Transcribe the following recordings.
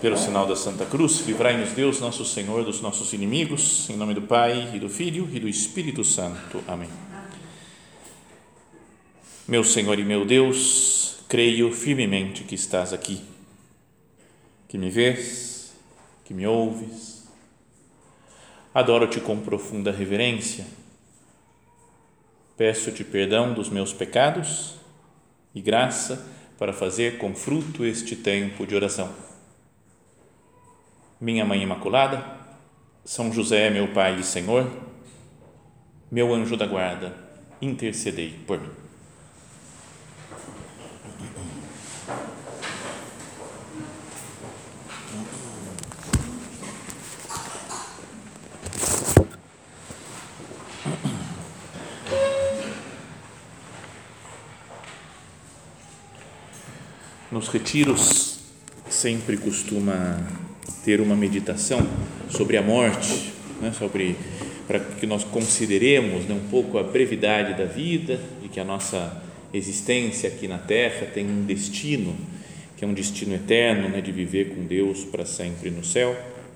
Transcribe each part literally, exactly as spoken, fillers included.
Pelo sinal da Santa Cruz, livrai-nos Deus, nosso Senhor, dos nossos inimigos, em nome do Pai, e do Filho, e do Espírito Santo. Amém. Meu Senhor e meu Deus, creio firmemente que estás aqui, que me vês, que me ouves. Adoro-te com profunda reverência. Peço-te perdão dos meus pecados e graça para fazer com fruto este tempo de oração. Minha Mãe Imaculada, São José, meu Pai e Senhor, meu anjo da guarda, intercedei por mim. Nos retiros sempre costuma ter uma meditação sobre a morte, né? sobre para que nós consideremos, né, um pouco a brevidade da vida e que a nossa existência aqui na Terra tem um destino, que é um destino eterno, né, de viver com Deus para sempre no céu.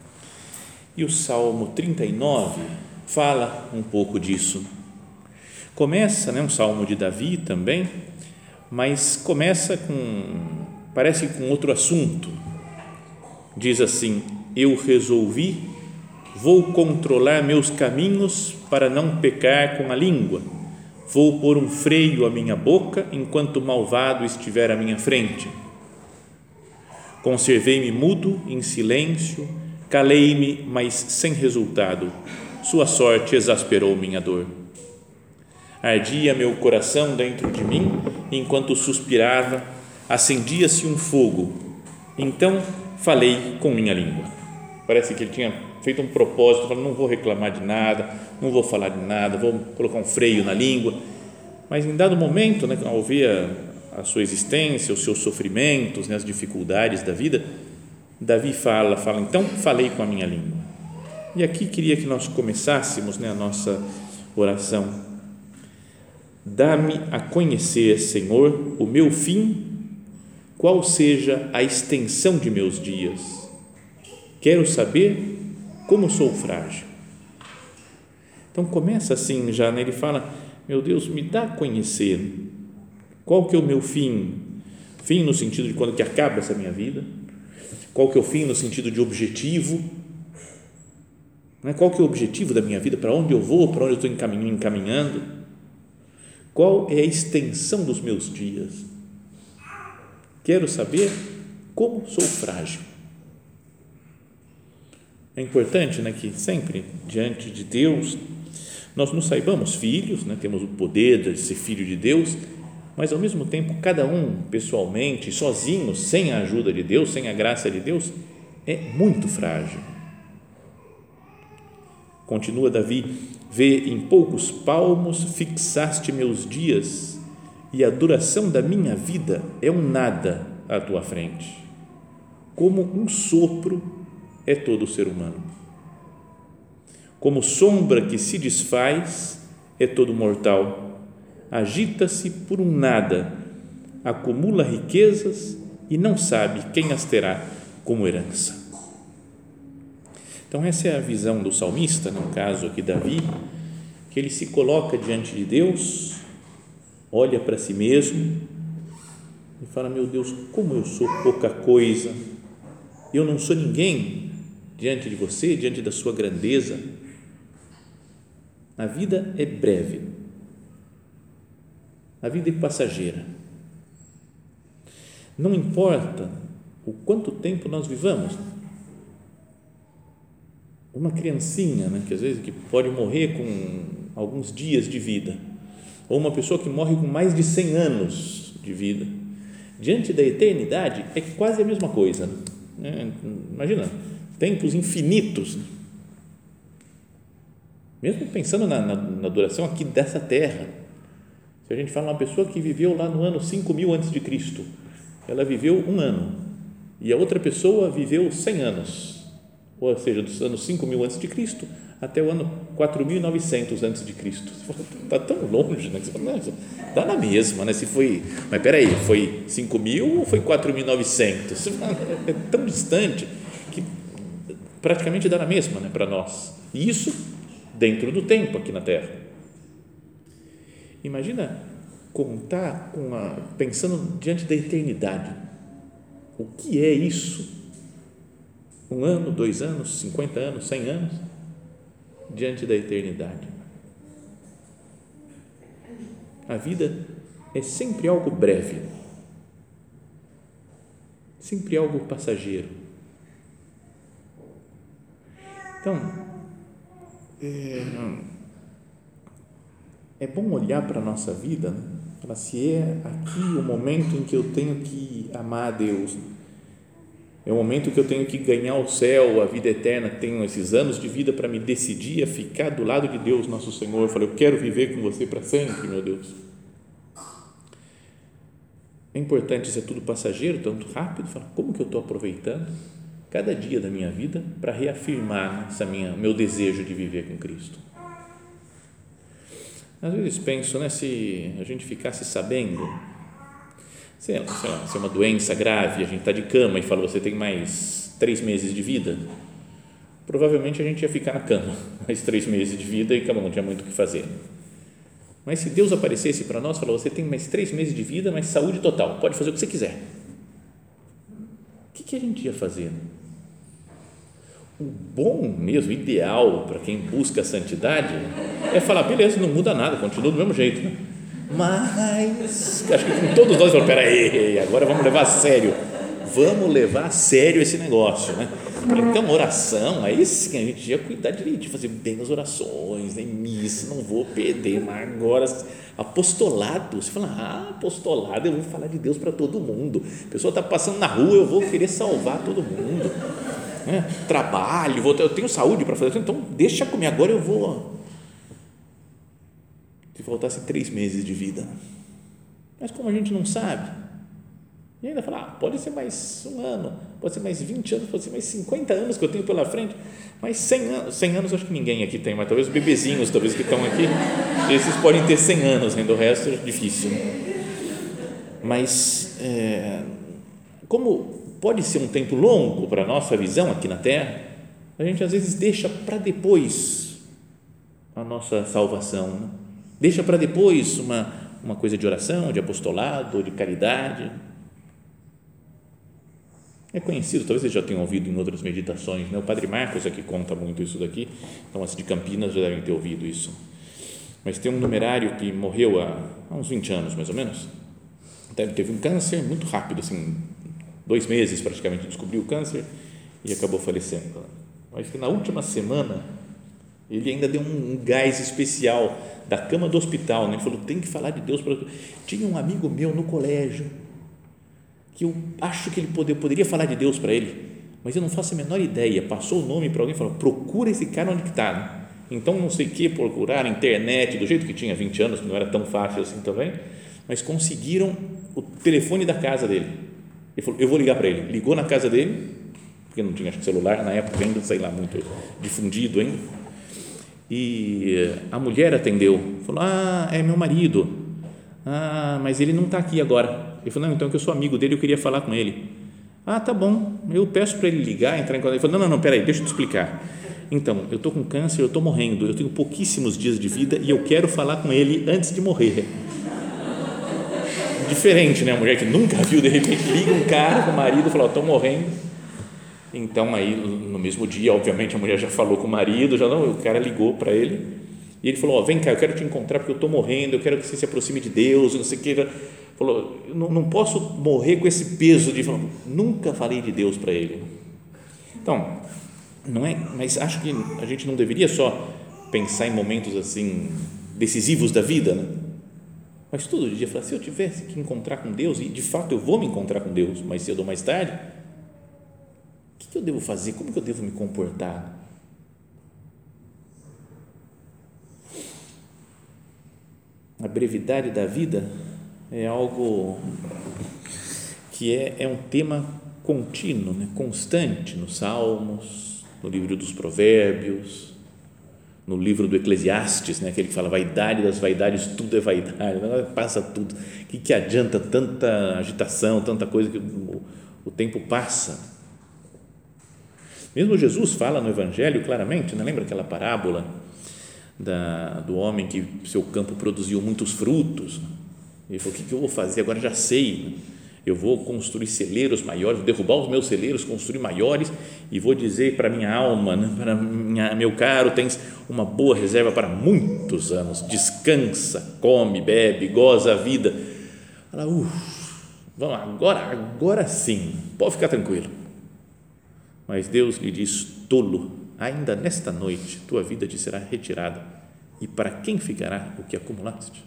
E o Salmo trinta e nove fala um pouco disso. Começa, né, um salmo de Davi também, mas começa com, parece com outro assunto. Diz assim: eu resolvi, vou controlar meus caminhos para não pecar com a língua, vou pôr um freio à minha boca enquanto o malvado estiver à minha frente. Conservei-me mudo, em silêncio, calei-me, mas sem resultado, sua sorte exasperou minha dor. Ardia meu coração dentro de mim, enquanto suspirava, acendia-se um fogo, então falei com minha língua. Parece que ele tinha feito um propósito, falando, não vou reclamar de nada, não vou falar de nada, vou colocar um freio na língua, mas em dado momento, né, ao ver a, a sua existência, os seus sofrimentos, né, as dificuldades da vida, Davi fala, fala, então falei com a minha língua. E aqui queria que nós começássemos, né, a nossa oração. Dá-me a conhecer, Senhor, o meu fim, qual seja a extensão de meus dias. Quero saber como sou frágil. Então começa assim já, né? Ele fala, meu Deus, me dá a conhecer qual que é o meu fim, fim no sentido de quando que acaba essa minha vida, qual que é o fim no sentido de objetivo, né? Qual que é o objetivo da minha vida, para onde eu vou, para onde eu estou encaminhando, qual é a extensão dos meus dias. Quero saber como sou frágil. É importante, né, que sempre diante de Deus nós nos saibamos filhos, né, temos o poder de ser filho de Deus, mas ao mesmo tempo cada um pessoalmente, sozinho, sem a ajuda de Deus, sem a graça de Deus, é muito frágil. Continua Davi, vê em poucos palmos fixaste meus dias e a duração da minha vida é um nada à tua frente. Como um sopro é todo o ser humano. Como sombra que se desfaz é todo mortal. Agita-se por um nada, acumula riquezas e não sabe quem as terá como herança. Então essa é a visão do salmista, no caso aqui Davi, que ele se coloca diante de Deus, olha para si mesmo e fala, meu Deus, como eu sou pouca coisa, eu não sou ninguém diante de você, diante da sua grandeza. A vida é breve, a vida é passageira, não importa o quanto tempo nós vivamos. Uma criancinha, né, que às vezes que pode morrer com alguns dias de vida, ou uma pessoa que morre com mais de cem anos de vida, diante da eternidade é quase a mesma coisa, né? Imagina, tempos infinitos, mesmo pensando na, na, na duração aqui dessa terra. Se a gente fala uma pessoa que viveu lá no ano cinco mil antes de Cristo, ela viveu um ano, e a outra pessoa viveu cem anos, ou seja, dos anos cinco mil antes de Cristo até o ano quatro mil e novecentos antes de Cristo. Você fala, está tão longe, né? Você fala, não, dá na mesma, né? Se foi, mas peraí, foi cinco mil ou foi quatro mil e novecentos? Você fala, é tão distante que praticamente dá na mesma, né, para nós. E isso dentro do tempo aqui na Terra. Imagina contar com a, pensando diante da eternidade. O que é isso? Um ano, dois anos, cinquenta anos, cem anos? Diante da eternidade. A vida é sempre algo breve, sempre algo passageiro. Então, é, é bom olhar para a nossa vida, né? Falar, se é aqui o momento em que eu tenho que amar a Deus, é o momento que eu tenho que ganhar o céu, a vida eterna, tenho esses anos de vida para me decidir a ficar do lado de Deus, nosso Senhor. Eu falei, eu quero viver com você para sempre, meu Deus. É importante ser tudo passageiro, tanto rápido, falar, como que eu estou aproveitando cada dia da minha vida para reafirmar essa minha, meu desejo de viver com Cristo. Às vezes penso, né, se a gente ficasse sabendo, sei lá, sei lá, se é uma doença grave, a gente está de cama e fala, você tem mais três meses de vida, provavelmente a gente ia ficar na cama, mais três meses de vida e acabou, não tinha muito o que fazer. Mas se Deus aparecesse para nós e falou, você tem mais três meses de vida, mas saúde total, pode fazer o que você quiser. O que, que a gente ia fazer? O bom mesmo, ideal para quem busca a santidade é falar, beleza, não muda nada, continua do mesmo jeito, né? Mas acho que com todos nós falamos, peraí, agora vamos levar a sério, vamos levar a sério esse negócio, né? Então, oração, aí sim, a gente ia cuidar direitinho, fazer bem as orações, né? Missa, não vou perder, mas agora, apostolado, você fala, ah, apostolado, eu vou falar de Deus para todo mundo, a pessoa está passando na rua, eu vou querer salvar todo mundo, né? Trabalho, vou, eu tenho saúde para fazer, então deixa comigo, agora eu vou. Se faltasse três meses de vida, mas como a gente não sabe, e ainda fala, ah, pode ser mais um ano, pode ser mais vinte anos, pode ser mais cinquenta anos que eu tenho pela frente, mas cem anos, cem anos acho que ninguém aqui tem, mas talvez os bebezinhos talvez que estão aqui, esses podem ter cem anos, ainda o resto é difícil, mas é, como pode ser um tempo longo para a nossa visão aqui na Terra, a gente às vezes deixa para depois a nossa salvação, né? Deixa para depois uma, uma coisa de oração, de apostolado, de caridade. É conhecido, talvez vocês já tenham ouvido em outras meditações, né? O Padre Marcos aqui conta muito isso daqui, então as de Campinas já devem ter ouvido isso, mas tem um numerário que morreu há, há uns vinte anos mais ou menos, teve um câncer muito rápido, assim, dois meses praticamente descobriu o câncer e acabou falecendo, mas que na última semana ele ainda deu um, um gás especial da cama do hospital, né? Ele falou, tem que falar de Deus. Tinha um amigo meu no colégio que eu acho que ele poder, poderia falar de Deus para ele, mas eu não faço a menor ideia. Passou o nome para alguém e falou, procura esse cara onde que está, né? Então não sei o que, procurar na internet, do jeito que tinha vinte anos, que não era tão fácil assim também, mas conseguiram o telefone da casa dele. Ele falou, eu vou ligar para ele. Ligou na casa dele, porque não tinha acho que celular na época ainda, sei lá, muito difundido ainda, e a mulher atendeu, falou, ah, é meu marido, ah, mas ele não está aqui agora. Ele falou, não, então que eu sou amigo dele, eu queria falar com ele. Ah, tá bom, eu peço para ele ligar, entrar em contato. Ele falou, não, não, não, peraí, deixa eu te explicar. Então, eu estou com câncer, eu estou morrendo, eu tenho pouquíssimos dias de vida e eu quero falar com ele antes de morrer. Diferente, né? A mulher que nunca viu, de repente liga um cara com o marido e fala, estou morrendo. Então, aí, no mesmo dia, obviamente, a mulher já falou com o marido, já não, o cara ligou para ele, e ele falou, ó, vem cá, eu quero te encontrar porque eu estou morrendo, eu quero que você se aproxime de Deus, não sei o que, falou, eu não, não posso morrer com esse peso de, falar, nunca falei de Deus para ele. Então, não é, mas acho que a gente não deveria só pensar em momentos assim, decisivos da vida, né? Mas todo dia, falar, se eu tivesse que encontrar com Deus, e de fato eu vou me encontrar com Deus mais cedo ou mais tarde, o que eu devo fazer? Como que eu devo me comportar? A brevidade da vida é algo que é, é um tema contínuo, né? Constante nos Salmos, no livro dos Provérbios, no livro do Eclesiastes, né, aquele que fala vaidade das vaidades, tudo é vaidade, passa tudo. O que, que adianta tanta agitação, tanta coisa que o, o tempo passa? Mesmo Jesus fala no Evangelho claramente, né? Lembra aquela parábola da, do homem que seu campo produziu muitos frutos? Ele falou, o que, que eu vou fazer? Agora já sei, eu vou construir celeiros maiores, vou derrubar os meus celeiros, construir maiores e vou dizer para minha alma, né? Para minha, meu caro, tens uma boa reserva para muitos anos, descansa, come, bebe, goza a vida. Fala, uff, vamos agora, agora sim, pode ficar tranquilo. Mas Deus lhe diz, tolo, ainda nesta noite tua vida te será retirada, e para quem ficará o que acumulaste?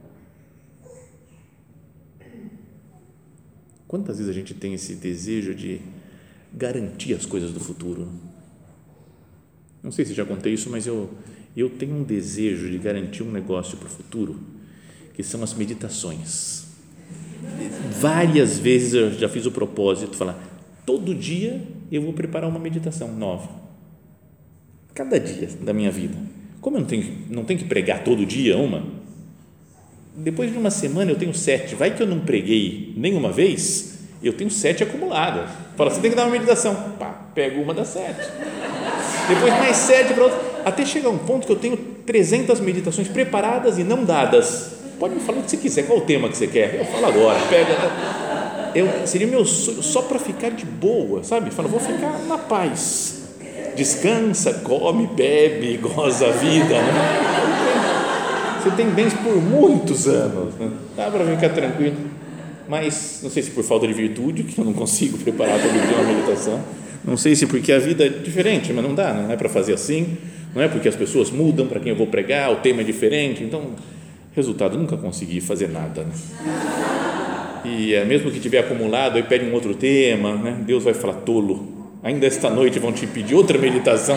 Quantas vezes a gente tem esse desejo de garantir as coisas do futuro? Não sei se já contei isso, mas eu, eu tenho um desejo de garantir um negócio para o futuro, que são as meditações. Várias vezes eu já fiz o propósito de falar, todo dia eu vou preparar uma meditação nova, cada dia da minha vida. Como eu não tenho, não tenho que pregar todo dia uma, depois de uma semana eu tenho sete, vai que eu não preguei nenhuma vez, eu tenho sete acumuladas. Fala, você tem que dar uma meditação, pá, pego uma das sete, depois mais sete para outra, até chegar um ponto que eu tenho trezentas meditações preparadas e não dadas. Pode me falar o que você quiser, qual o tema que você quer, eu falo agora, pega. Eu, seria meu sonho só para ficar de boa, sabe? Fala, vou ficar na paz, descansa, come, bebe, goza a vida, né? Você tem bens por muitos anos, né? Dá para ficar tranquilo, mas não sei se por falta de virtude, que eu não consigo preparar todo dia uma meditação, não sei se porque a vida é diferente, mas não dá, não é para fazer assim, não é porque as pessoas mudam para quem eu vou pregar, o tema é diferente, então, resultado, nunca consegui fazer nada, né? E é, mesmo que tiver acumulado, aí pede um outro tema, né? Deus vai falar, tolo, ainda esta noite vão te pedir outra meditação,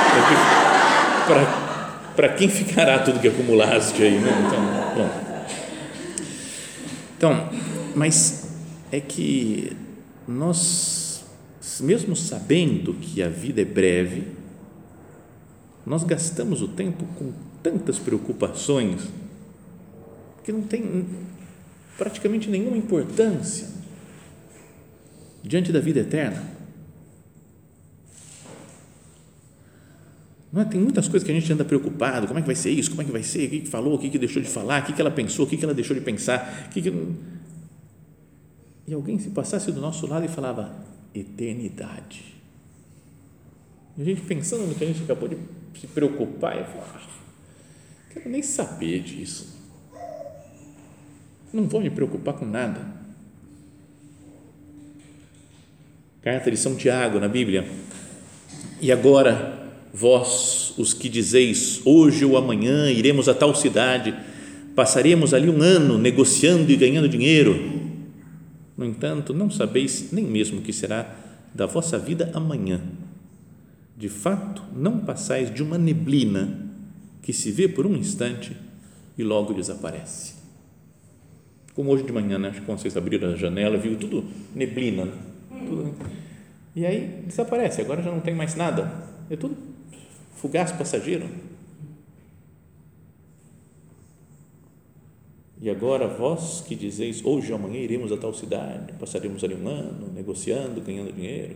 para quem ficará tudo que acumulaste aí, né? Então, bom. Então, mas é que nós, mesmo sabendo que a vida é breve, nós gastamos o tempo com tantas preocupações que não tem praticamente nenhuma importância diante da vida eterna. Não é? Tem muitas coisas que a gente anda preocupado, como é que vai ser isso, como é que vai ser, o que, que falou, o que, que deixou de falar, o que, que ela pensou, o que, que ela deixou de pensar, o que, que... e alguém se passasse do nosso lado e falava eternidade, e a gente pensando no que a gente acabou de se preocupar, e falar, ah, não quero nem saber disso, não vou me preocupar com nada. Carta de São Tiago na Bíblia, e agora vós, os que dizeis, hoje ou amanhã iremos a tal cidade, passaremos ali um ano negociando e ganhando dinheiro, no entanto não sabeis nem mesmo o que será da vossa vida amanhã. De fato não passais de uma neblina que se vê por um instante e logo desaparece. Como hoje de manhã, né? Acho que quando vocês abriram a janela, viu tudo neblina, né? Tudo, e aí desaparece, agora já não tem mais nada, é tudo fugaz, passageiro. E agora vós que dizeis, hoje ou amanhã iremos a tal cidade, passaremos ali um ano negociando, ganhando dinheiro.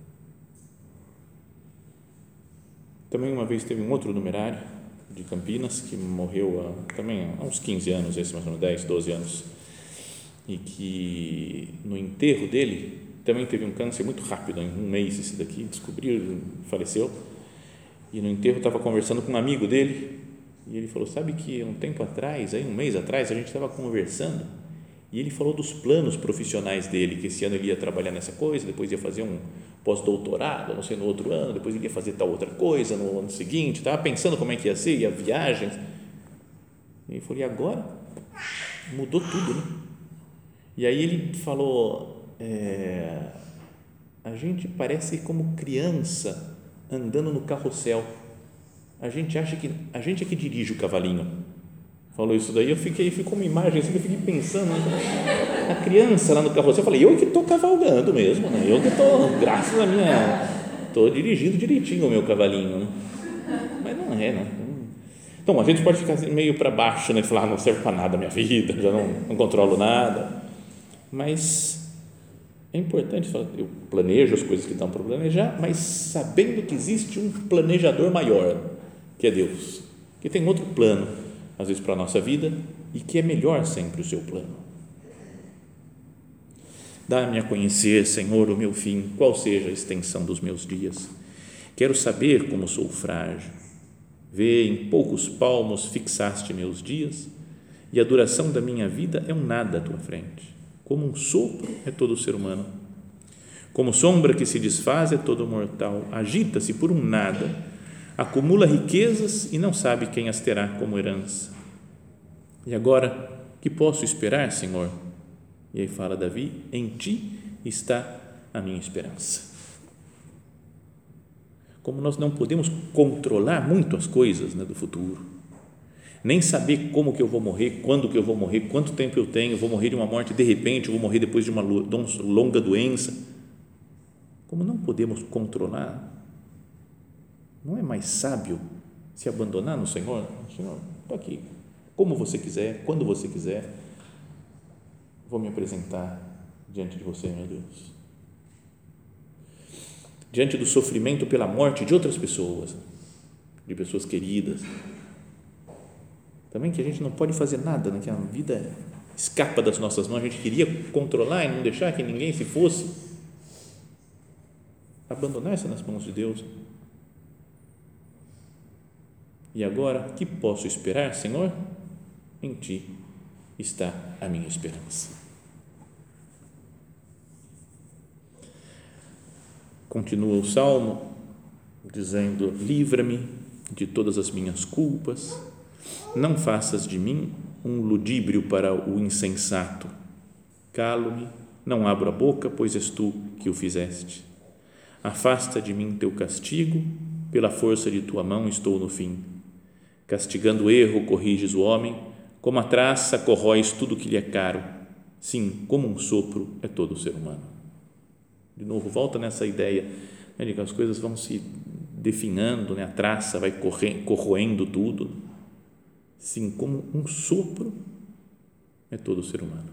Também uma vez teve um outro numerário de Campinas que morreu há, também há uns quinze anos, esse mais ou menos dez, doze anos, e que no enterro dele também teve um câncer muito rápido, em um mês esse daqui, descobriu, faleceu, e no enterro estava conversando com um amigo dele, e ele falou, sabe que um tempo atrás, aí um mês atrás, a gente estava conversando, e ele falou dos planos profissionais dele, que esse ano ele ia trabalhar nessa coisa, depois ia fazer um pós-doutorado, não sei, no outro ano, depois ele ia fazer tal outra coisa no ano seguinte, estava pensando como é que ia ser, ia viagens, e ele falou, e agora? Mudou tudo, né? E aí ele falou, é, a gente parece como criança andando no carrossel, a gente acha que a gente é que dirige o cavalinho. Falou isso daí, eu fiquei, ficou uma imagem assim, eu fiquei pensando, né? A criança lá no carrossel, eu falei, eu que estou cavalgando mesmo, né? Eu que estou, graças a minha, estou dirigindo direitinho o meu cavalinho, né? Mas não é, né? Então, a gente pode ficar meio para baixo, né? Falar, ah, não serve para nada a minha vida, já não, não controlo nada. Mas é importante falar, eu planejo as coisas que dão para planejar, mas sabendo que existe um planejador maior, que é Deus, que tem outro plano, às vezes, para a nossa vida e que é melhor sempre o seu plano. Dá-me a conhecer, Senhor, o meu fim, qual seja a extensão dos meus dias. Quero saber como sou frágil. Vê, em poucos palmos fixaste meus dias, e a duração da minha vida é um nada à tua frente. Como um sopro é todo ser humano. Como sombra que se desfaz é todo mortal. Agita-se por um nada, acumula riquezas e não sabe quem as terá como herança. E agora, que posso esperar, Senhor? E aí fala Davi, em ti está a minha esperança. Como nós não podemos controlar muito as coisas, né, do futuro, nem saber como que eu vou morrer, quando que eu vou morrer, quanto tempo eu tenho, eu vou morrer de uma morte de repente, eu vou morrer depois de uma longa doença. Como não podemos controlar, não é mais sábio se abandonar no Senhor? Senhor, estou aqui, como você quiser, quando você quiser, vou me apresentar diante de você, meu Deus. Diante do sofrimento pela morte de outras pessoas, de pessoas queridas, também que a gente não pode fazer nada, né? Que a vida escapa das nossas mãos, a gente queria controlar e não deixar que ninguém se fosse, abandonar-se nas mãos de Deus. E agora, que posso esperar, Senhor? Em ti está a minha esperança. Continua o Salmo dizendo, livra-me de todas as minhas culpas, não faças de mim um ludíbrio para o insensato, calo-me, não abro a boca, pois és tu que o fizeste. Afasta de mim teu castigo, pela força de tua mão estou no fim. Castigando o erro, corriges o homem, como a traça, corróis tudo que lhe é caro. Sim, como um sopro é todo o ser humano. De novo, volta nessa ideia, né, de que as coisas vão se definhando, né, a traça vai corre, corroendo tudo. Sim, como um sopro é todo o ser humano.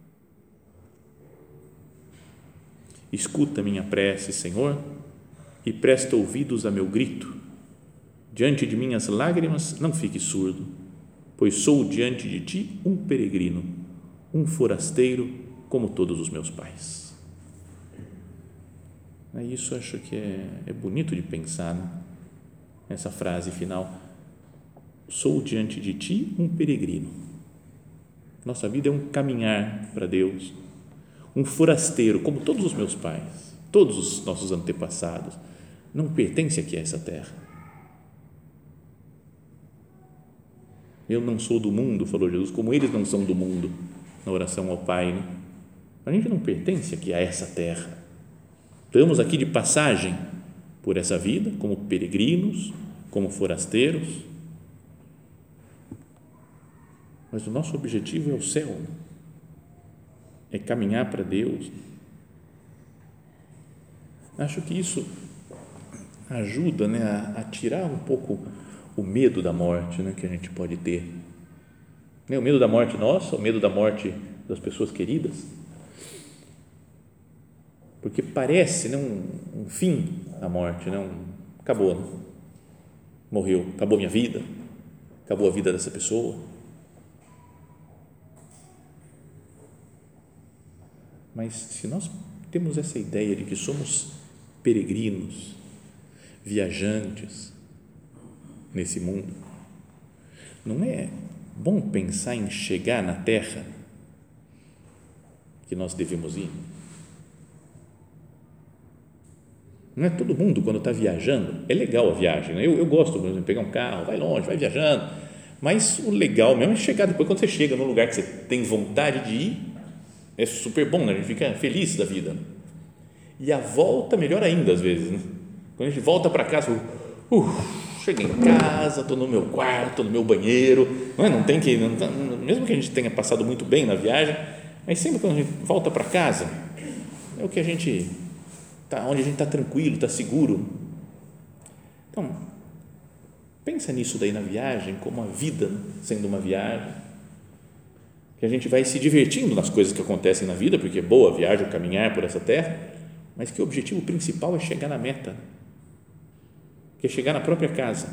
Escuta minha prece, Senhor, e presta ouvidos a meu grito. Diante de minhas lágrimas não fique surdo, pois sou diante de ti um peregrino, um forasteiro como todos os meus pais. Isso acho que é, é bonito de pensar, né? Essa frase final, sou diante de ti um peregrino. Nossa vida é um caminhar para Deus, um forasteiro como todos os meus pais, todos os nossos antepassados, não pertence aqui a essa terra. Eu não sou do mundo, falou Jesus, como eles não são do mundo, na oração ao Pai, né? A gente não pertence aqui a essa terra. Estamos aqui de passagem por essa vida, como peregrinos, como forasteiros, mas o nosso objetivo é o céu, é caminhar para Deus. Acho que isso ajuda, né, a, a tirar um pouco o medo da morte, né, que a gente pode ter. O medo da morte nossa, o medo da morte das pessoas queridas, porque parece, né, um, um fim a morte, né, um, acabou, né? Morreu, acabou minha vida, acabou a vida dessa pessoa. Mas se nós temos essa ideia de que somos peregrinos, viajantes nesse mundo, não é bom pensar em chegar na terra que nós devemos ir? Não é todo mundo, quando está viajando, é legal a viagem, né? eu, eu gosto, por exemplo, de pegar um carro, vai longe, vai viajando, mas o legal mesmo é chegar depois, quando você chega num lugar que você tem vontade de ir, é super bom, né? A gente fica feliz da vida, e a volta melhor ainda às vezes, né? Quando a gente volta para casa, uh, cheguei em casa, estou no meu quarto, no meu banheiro, não, é? Não tem que, não tá, mesmo que a gente tenha passado muito bem na viagem, mas sempre quando a gente volta para casa, é o que a gente Tá, onde a gente está tranquilo, está seguro. Então, Pensa nisso daí na viagem, como a vida sendo uma viagem, que a gente vai se divertindo nas coisas que acontecem na vida, porque é boa a viagem, caminhar por essa terra, mas que o objetivo principal é chegar na meta, que é chegar na própria casa.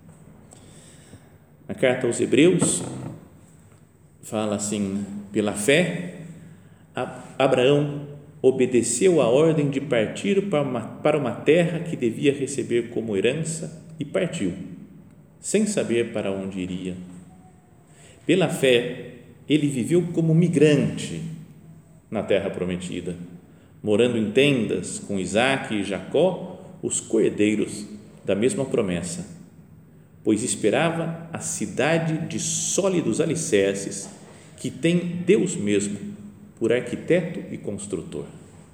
A carta aos Hebreus fala assim: pela fé, Abraão obedeceu a ordem de partir para uma, para uma terra que devia receber como herança e partiu, sem saber para onde iria. Pela fé, ele viveu como migrante na terra prometida, morando em tendas com Isaque e Jacó, os cordeiros da mesma promessa, pois esperava a cidade de sólidos alicerces que tem Deus mesmo por arquiteto e construtor.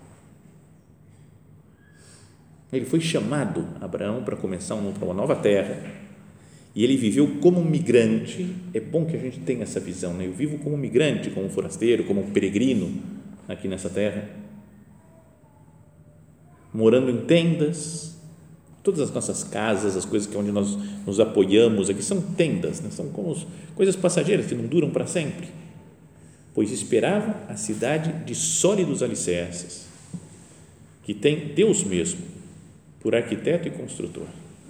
Ele foi chamado, Abraão, para começar uma nova terra, e ele viveu como um migrante. É bom que a gente tenha essa visão, né? Eu vivo como um migrante, como um forasteiro, como um peregrino aqui nessa terra, morando em tendas. Todas as nossas casas, as coisas que onde nós nos apoiamos aqui são tendas, né? São como coisas passageiras que não duram para sempre, pois esperava a cidade de sólidos alicerces, que tem Deus mesmo por arquiteto e construtor.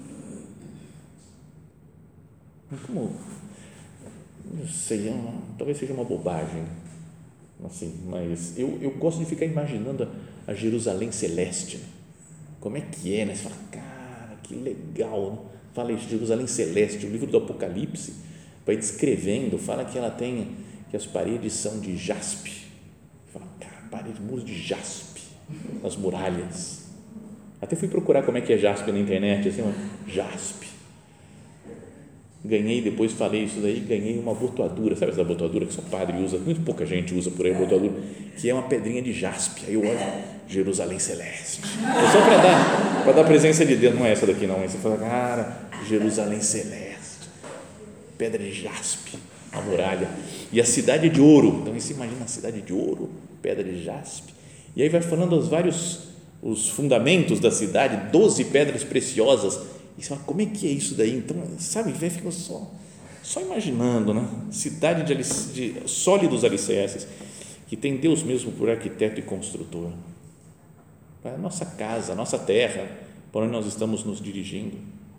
Como, não sei, é uma, talvez seja uma bobagem, assim, mas eu, eu gosto de ficar imaginando a, a Jerusalém celeste, como é que é, né? Você fala, cara, que legal, né? Fala isso, Jerusalém celeste, o livro do Apocalipse vai descrevendo, fala que ela tem, que as paredes são de jaspe, fala, cara, paredes, muros de jaspe, as muralhas, até fui procurar como é que é jaspe na internet, assim, jaspe, ganhei, depois falei isso daí, ganhei uma abotoadura, sabe essa abotoadura que só padre usa, muito pouca gente usa por aí, abotoadura, que é uma pedrinha de jaspe, aí eu olho, Jerusalém celeste, é só para dar, para dar presença de Deus, não é essa daqui não, aí você fala, cara, Jerusalém celeste, pedra de jaspe, a muralha, e a cidade de ouro, então você imagina a cidade de ouro, pedra de jaspe, e aí vai falando os vários, os fundamentos da cidade, doze pedras preciosas, e você fala, como é que é isso daí? Então, sabe, vai ficar só, só imaginando, né? Cidade de, de sólidos alicerces, que tem Deus mesmo por arquiteto e construtor, para a nossa casa, a nossa terra, para onde nós estamos nos dirigindo.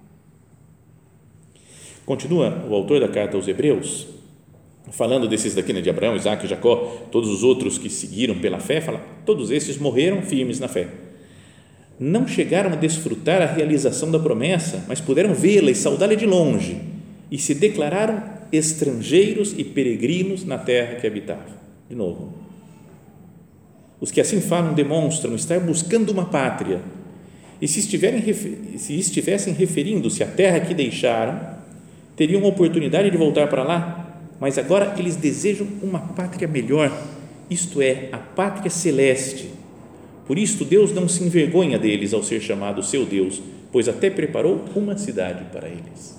Continua o autor da carta aos Hebreus, falando desses daqui, né, de Abraão, Isaque, Jacó, todos os outros que seguiram pela fé, fala, todos esses morreram firmes na fé, não chegaram a desfrutar a realização da promessa, mas puderam vê-la e saudá-la de longe, e se declararam estrangeiros e peregrinos na terra que habitavam. De novo, os que assim falam demonstram estar buscando uma pátria, e se, estiverem, se estivessem referindo-se à terra que deixaram, teriam a oportunidade de voltar para lá, mas agora eles desejam uma pátria melhor, isto é, a pátria celeste. Por isto Deus não se envergonha deles ao ser chamado seu Deus, pois até preparou uma cidade para eles.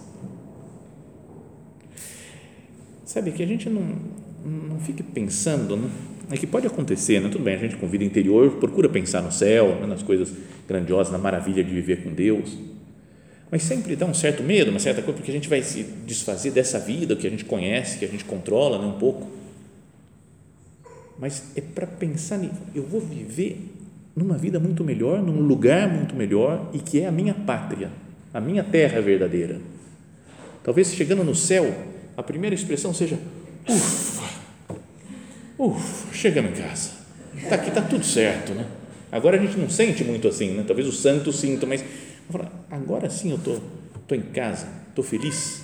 Sabe, que a gente não, não fique pensando, né? É que pode acontecer, né? Tudo bem, a gente com vida interior procura pensar no céu, né? Nas coisas grandiosas, na maravilha de viver com Deus, mas sempre dá um certo medo, uma certa coisa, porque a gente vai se desfazer dessa vida que a gente conhece, que a gente controla, né? Um pouco, mas é para pensar, eu vou viver numa vida muito melhor, num lugar muito melhor, e que é a minha pátria, a minha terra verdadeira. Talvez chegando no céu, a primeira expressão seja, ufa, ufa, chegamos em casa, tá aqui, está tudo certo, né? Agora a gente não sente muito assim, né? Talvez os santos sintam, mas agora sim eu estou tô em casa, estou feliz.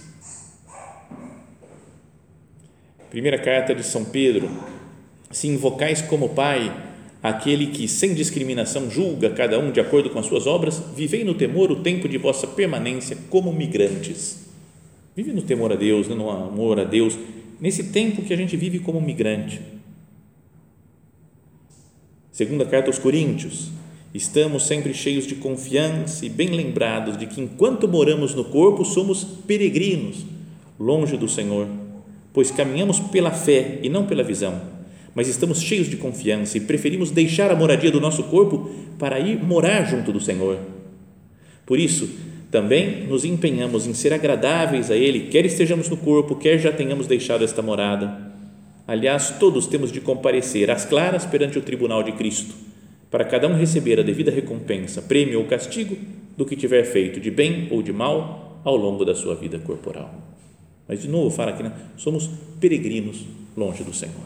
Primeira carta de São Pedro, se invocais como Pai aquele que sem discriminação julga cada um de acordo com as suas obras, vivei no temor o tempo de vossa permanência como migrantes. Vive no temor a Deus, no amor a Deus, nesse tempo que a gente vive como migrante. Segunda carta aos Coríntios, estamos sempre cheios de confiança e bem lembrados de que enquanto moramos no corpo somos peregrinos longe do Senhor, pois caminhamos pela fé e não pela visão, mas estamos cheios de confiança e preferimos deixar a moradia do nosso corpo para ir morar junto do Senhor. Por isso, também nos empenhamos em ser agradáveis a Ele, quer estejamos no corpo, quer já tenhamos deixado esta morada. Aliás, todos temos de comparecer às claras perante o tribunal de Cristo, para cada um receber a devida recompensa, prêmio ou castigo do que tiver feito de bem ou de mal ao longo da sua vida corporal. Mas, de novo, fala aqui, né? Somos peregrinos longe do Senhor.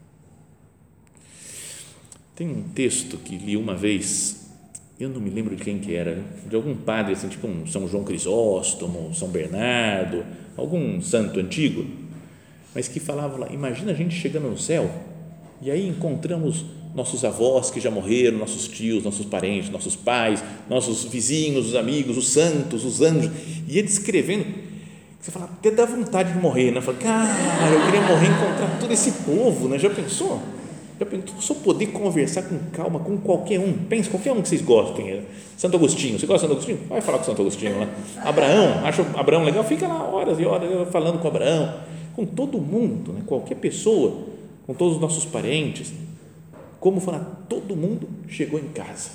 Tem um texto que li uma vez, eu não me lembro de quem que era, de algum padre, assim, tipo um São João Crisóstomo, São Bernardo, algum santo antigo, mas que falava lá, imagina a gente chegando no céu e aí encontramos nossos avós que já morreram, nossos tios, nossos parentes, nossos pais, nossos vizinhos, os amigos, os santos, os anjos, e ele escrevendo, você fala, até dá vontade de morrer, né? Fala, cara, eu queria morrer e encontrar todo esse povo, né? Já pensou? Já pensou? Só poder conversar com calma com qualquer um, pensa, qualquer um que vocês gostem, Santo Agostinho, você gosta de Santo Agostinho? Vai falar com Santo Agostinho lá. Abraão, acha Abraão legal? Fica lá horas e horas falando com Abraão, com todo mundo, né? Qualquer pessoa, com todos os nossos parentes, como falar, todo mundo chegou em casa.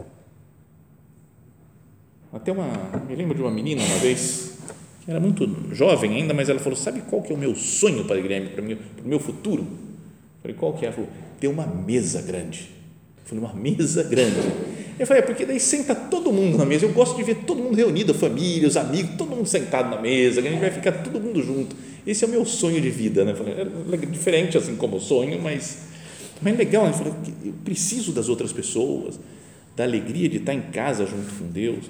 Até uma, me lembro de uma menina uma vez, que era muito jovem ainda, mas ela falou, sabe qual que é o meu sonho, Padre Guilherme, para o meu futuro? Eu falei, qual que é? Ela falou, ter uma mesa grande. Eu falei, uma mesa grande. Eu falei, é porque daí senta todo mundo na mesa, eu gosto de ver todo mundo reunido, a família, os amigos, todo mundo sentado na mesa, que a gente vai ficar todo mundo junto. Esse é o meu sonho de vida, né? Eu falei, é diferente assim como sonho, mas Mas é legal, ele falou que eu preciso das outras pessoas, da alegria de estar em casa junto com Deus.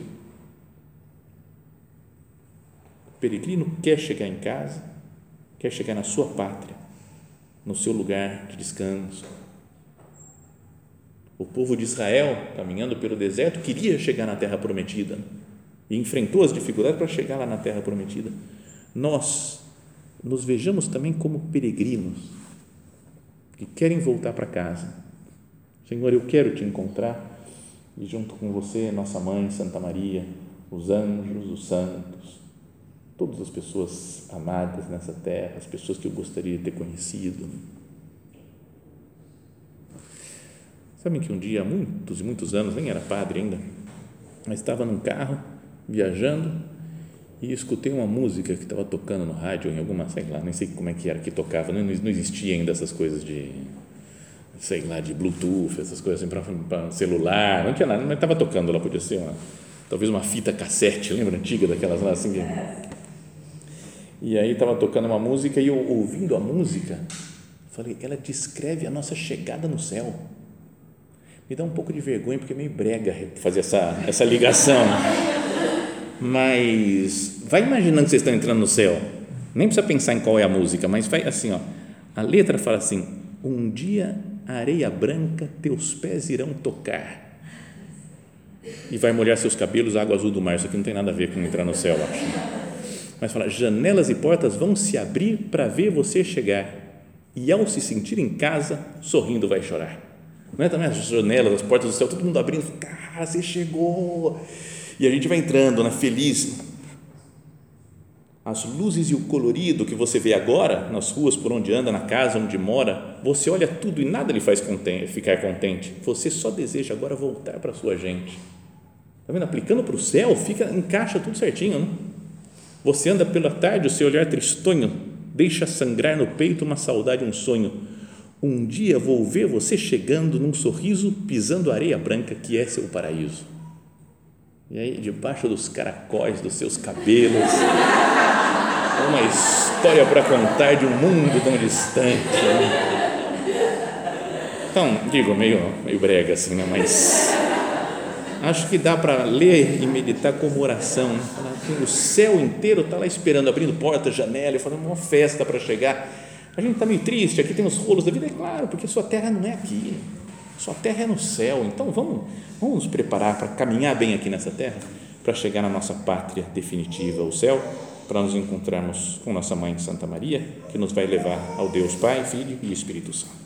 O peregrino quer chegar em casa, quer chegar na sua pátria, no seu lugar de descanso. O povo de Israel, caminhando pelo deserto, queria chegar na terra prometida e enfrentou as dificuldades para chegar lá na terra prometida. Nós nos vejamos também como peregrinos que querem voltar para casa. Senhor, eu quero te encontrar e junto com você, nossa mãe, Santa Maria, os anjos, os santos, todas as pessoas amadas nessa terra, as pessoas que eu gostaria de ter conhecido. Sabem que um dia, há muitos e muitos anos, nem era padre ainda, mas estava num carro, viajando, e escutei uma música que estava tocando no rádio, em alguma, sei lá, nem sei como é que era que tocava, não, não existia ainda essas coisas de, sei lá, de Bluetooth, essas coisas assim para celular, não tinha nada, mas estava tocando lá, podia ser uma, talvez uma fita cassete, lembra, antiga, daquelas lá, assim, que, e aí estava tocando uma música, e eu, ouvindo a música, falei, ela descreve a nossa chegada no céu. Me dá um pouco de vergonha, porque é meio brega fazer essa, essa ligação, mas vai imaginando que vocês estão entrando no céu, nem precisa pensar em qual é a música, mas vai assim, ó, a letra fala assim, um dia a areia branca teus pés irão tocar e vai molhar seus cabelos a água azul do mar. Isso aqui não tem nada a ver com entrar no céu, acho, mas fala, janelas e portas vão se abrir para ver você chegar e ao se sentir em casa, sorrindo vai chorar. Não é também as janelas, as portas do céu, todo mundo abrindo, cara, você chegou, e a gente vai entrando, né, feliz. As luzes e o colorido que você vê agora nas ruas por onde anda, na casa onde mora, você olha tudo e nada lhe faz contente, ficar contente, você só deseja agora voltar para a sua gente. Está vendo? Aplicando para o céu, fica, encaixa tudo certinho, não? Você anda pela tarde, o seu olhar tristonho deixa sangrar no peito uma saudade, um sonho. Um dia vou ver você chegando num sorriso, pisando a areia branca que é seu paraíso. E aí, debaixo dos caracóis dos seus cabelos, uma história para contar de um mundo tão distante. Né? Então, digo, meio, meio brega assim, né? Mas acho que dá para ler e meditar como oração. Né? O céu inteiro está lá esperando, abrindo porta, janela, e fazendo uma festa para chegar. A gente está meio triste, aqui tem os rolos da vida, é claro, porque sua terra não é aqui, sua terra é no céu, então vamos, vamos nos preparar para caminhar bem aqui nessa terra, para chegar na nossa pátria definitiva, o céu, para nos encontrarmos com nossa mãe Santa Maria, que nos vai levar ao Deus Pai, Filho e Espírito Santo.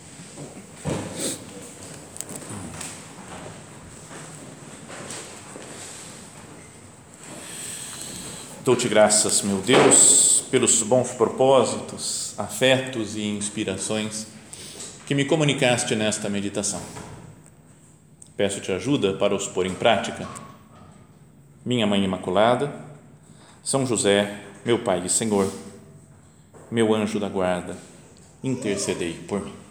Dou-te graças, meu Deus, pelos bons propósitos, afetos e inspirações que me comunicaste nesta meditação. Peço-te ajuda para os pôr em prática minha Mãe Imaculada, São José, meu Pai e Senhor, meu anjo da guarda, intercedei por mim.